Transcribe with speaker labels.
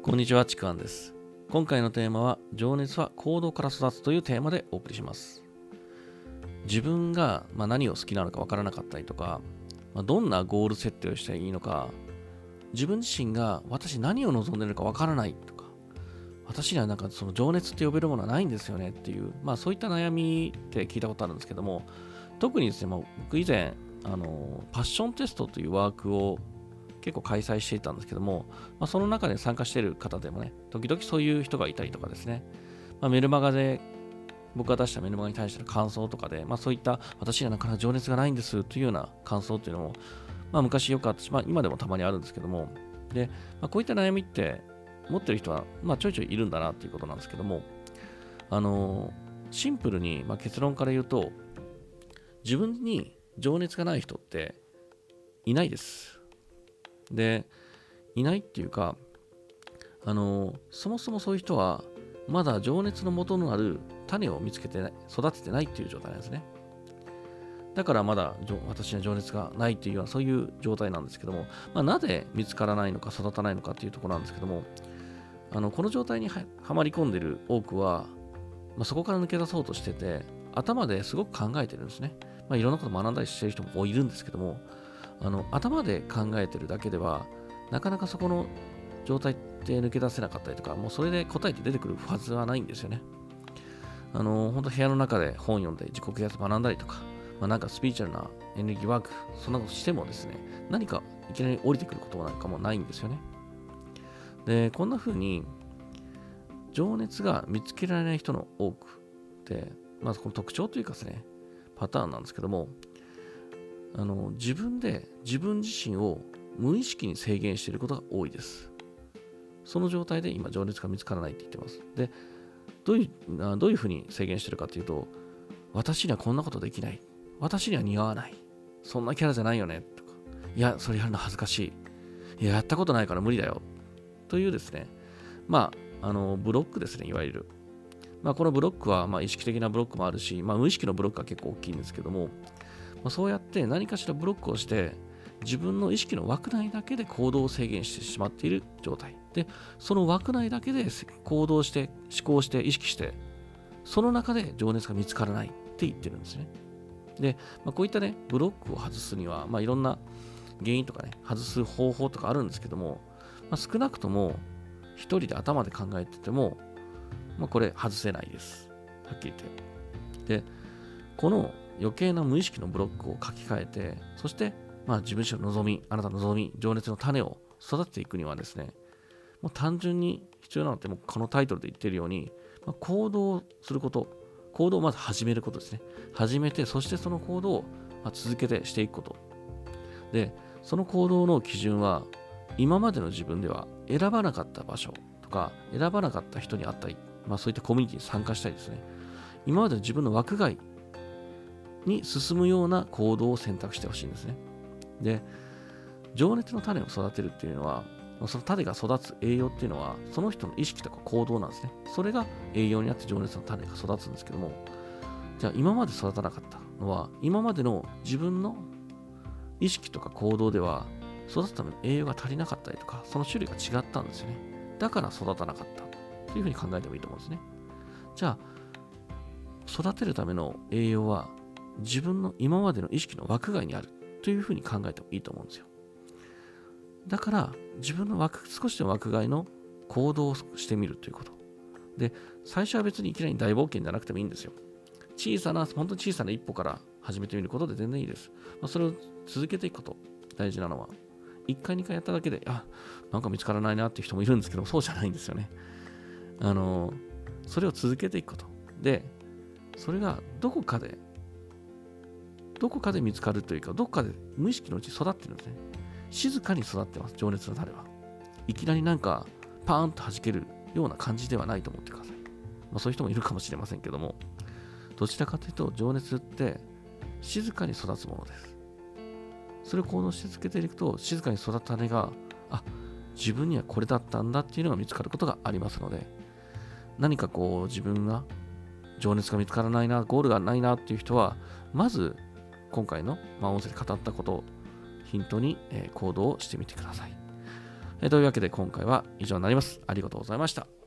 Speaker 1: こんにちは、ちくわんです。今回のテーマは、情熱は行動から育つというテーマでお送りします。自分が何を好きなのかわからなかったりとか、どんなゴール設定をしたらいいのか、自分自身が私何を望んでいるのかわからないとか、私にはその情熱って呼べるものはないんですよねっていう、そういった悩みって聞いたことあるんですけども、特にですね、僕以前、パッションテストというワークを結構開催していたんですけども、その中で参加している方でもね、時々そういう人がいたりとかですね、メルマガで僕が出したメルマガに対しての感想とかで、そういった私にはなかなか情熱がないんですというような感想というのも、昔よくあったし、今でもたまにあるんですけども、で、こういった悩みって持ってる人は、ちょいちょいいるんだなということなんですけども、シンプルに、結論から言うと、自分に情熱がない人っていないです。で、いないっていうか、そもそもそういう人は、まだ情熱の元のある種を見つけてない、育ててないっていう状態なんですね。だからまだ私には情熱がないっていうような、そういう状態なんですけども、なぜ見つからないのか育たないのかっていうところなんですけども、この状態にはまり込んでる多くは、そこから抜け出そうとしてて、頭ですごく考えてるんですね。いろんなこと学んだりしてる人もいるんですけども、頭で考えてるだけでは、なかなかそこの状態って抜け出せなかったりとか、もうそれで答えって出てくるはずはないんですよね。本当部屋の中で本読んで自己啓発学んだりとか、スピリチュアルなエネルギーワーク、そんなことしてもですね、何かいきなり降りてくることなんかもないんですよね。で、こんな風に、情熱が見つけられない人の多くで、この特徴というかですね、パターンなんですけども、自分で自分自身を無意識に制限していることが多いです。その状態で今情熱が見つからないって言ってます。で、どういうふうに制限してるかっていうと、私にはこんなことできない。私には似合わない。そんなキャラじゃないよね。とか、いや、それやるの恥ずかしい。いや、やったことないから無理だよ。というですね、ブロックですね、いわゆる。このブロックは、意識的なブロックもあるし、無意識のブロックは結構大きいんですけども、そうやって何かしらブロックをして、自分の意識の枠内だけで行動を制限してしまっている状態。で、その枠内だけで行動して、思考して、意識して、その中で情熱が見つからないって言ってるんですね。で、こういったね、ブロックを外すには、いろんな原因とかね、外す方法とかあるんですけども、少なくとも、一人で頭で考えてても、これ外せないです。はっきり言って。で、この余計な無意識のブロックを書き換えて、そして、自分自身の望み、あなたの望み、情熱の種を育てていくにはですね、もう単純に必要なのって、もうこのタイトルで言ってるように、行動すること、行動をまず始めることですね。始めて、そしてその行動を続けてしていくこと。で、その行動の基準は、今までの自分では選ばなかった場所とか、選ばなかった人に会ったり、そういったコミュニティに参加したりですね、今までの自分の枠外に進むような行動を選択してほしいんですね。で、情熱の種を育てるっていうのは、その種が育つ栄養っていうのは、その人の意識とか行動なんですね。それが栄養になって情熱の種が育つんですけども、じゃあ今まで育たなかったのは、今までの自分の意識とか行動では、育つための栄養が足りなかったりとか、その種類が違ったんですよね。だから育たなかったというふうに考えてもいいと思うんですね。じゃあ、育てるための栄養は、自分の今までの意識の枠外にあるというふうに考えてもいいと思うんですよ。だから自分の少しでも枠外の行動をしてみるということ。で、最初は別にいきなり大冒険じゃなくてもいいんですよ。本当に小さな一歩から始めてみることで全然いいです。それを続けていくこと、大事なのは。1回2回やっただけで、なんか見つからないなっていう人もいるんですけど、そうじゃないんですよね。それを続けていくこと。で、それがどこかで見つかるというか、どこかで無意識のうち育ってるんですね。静かに育ってます、情熱の種は。いきなりパーンと弾けるような感じではないと思ってください。そういう人もいるかもしれませんけども、どちらかというと、情熱って静かに育つものです。それを行動し続けていくと、静かに育った種が、自分にはこれだったんだっていうのが見つかることがありますので、何か自分が情熱が見つからないな、ゴールがないなっていう人は、まず今回の音声で語ったことをヒントに行動をしてみてください。 というわけで今回は以上になります。ありがとうございました。